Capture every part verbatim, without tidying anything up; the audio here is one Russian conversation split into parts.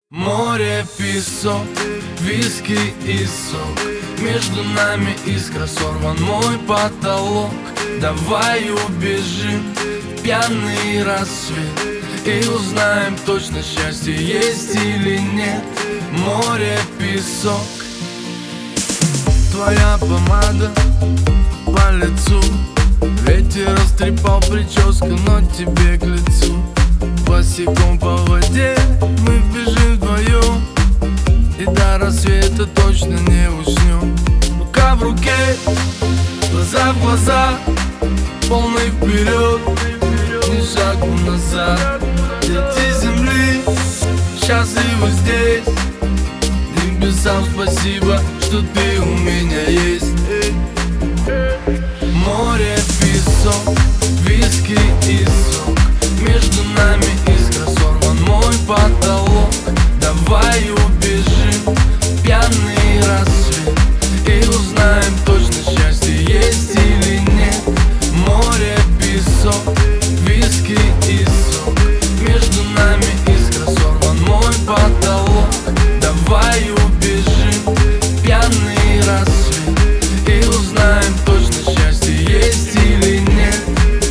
Море, песок, виски и сок. Между нами искра, сорван мой потолок. Давай убежим в пьяный рассвет и узнаем точно, счастье есть или нет. Море, песок. Твоя помада по лицу, ветер растрепал прическу, но тебе к лицу. Босиком по воде мы бежим вдвоем, и до рассвета точно не уснем. Рука в руке, глаза в глаза, полный вперед, ни шагу назад. Дети земли счастливы здесь, небесам спасибо, что ты у меня есть. Море, песок, виски и сок. Между нами искра, сорван мой потолок. Давай убежим в пьяный рассвет и узнаем точно, счастье есть или нет. Море, песок, виски и сок. Между нами искра, сорван мой потолок. Давай убежим в пьяный рассвет и узнаем точно, счастье есть или нет.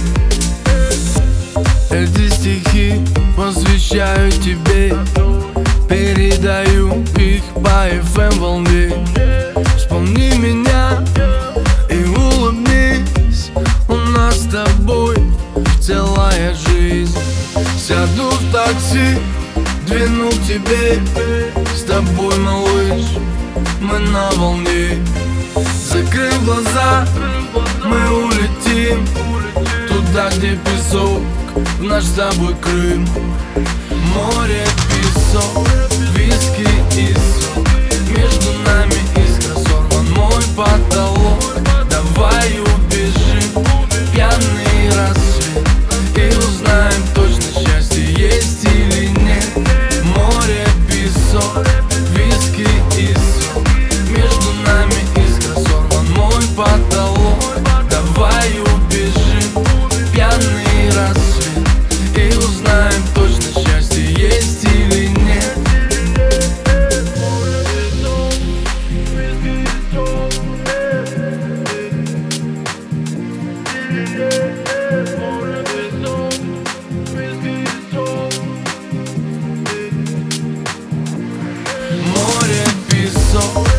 Эти стихи посвящаю тебе, передаю их по эф эм волне. Вспомни меня и улыбнись, у нас с тобой целая жизнь. Сяду в такси, двину к тебе, с тобой, малыш, мы на волне. Закрыв глаза, мы улетим туда, где песок, в наш с тобой Крым. Море, песок, виски и сок. Между нами искра, сорван мой потолок. Давай убежим в пьяный рассвет и узнаем точно, счастье есть или нет. Море, песок, виски и сок. Между нами искра, сорван мой потолок. Давай убежим в пьяный рассвет и узнаем точно, счастье есть или нет. Море, песок,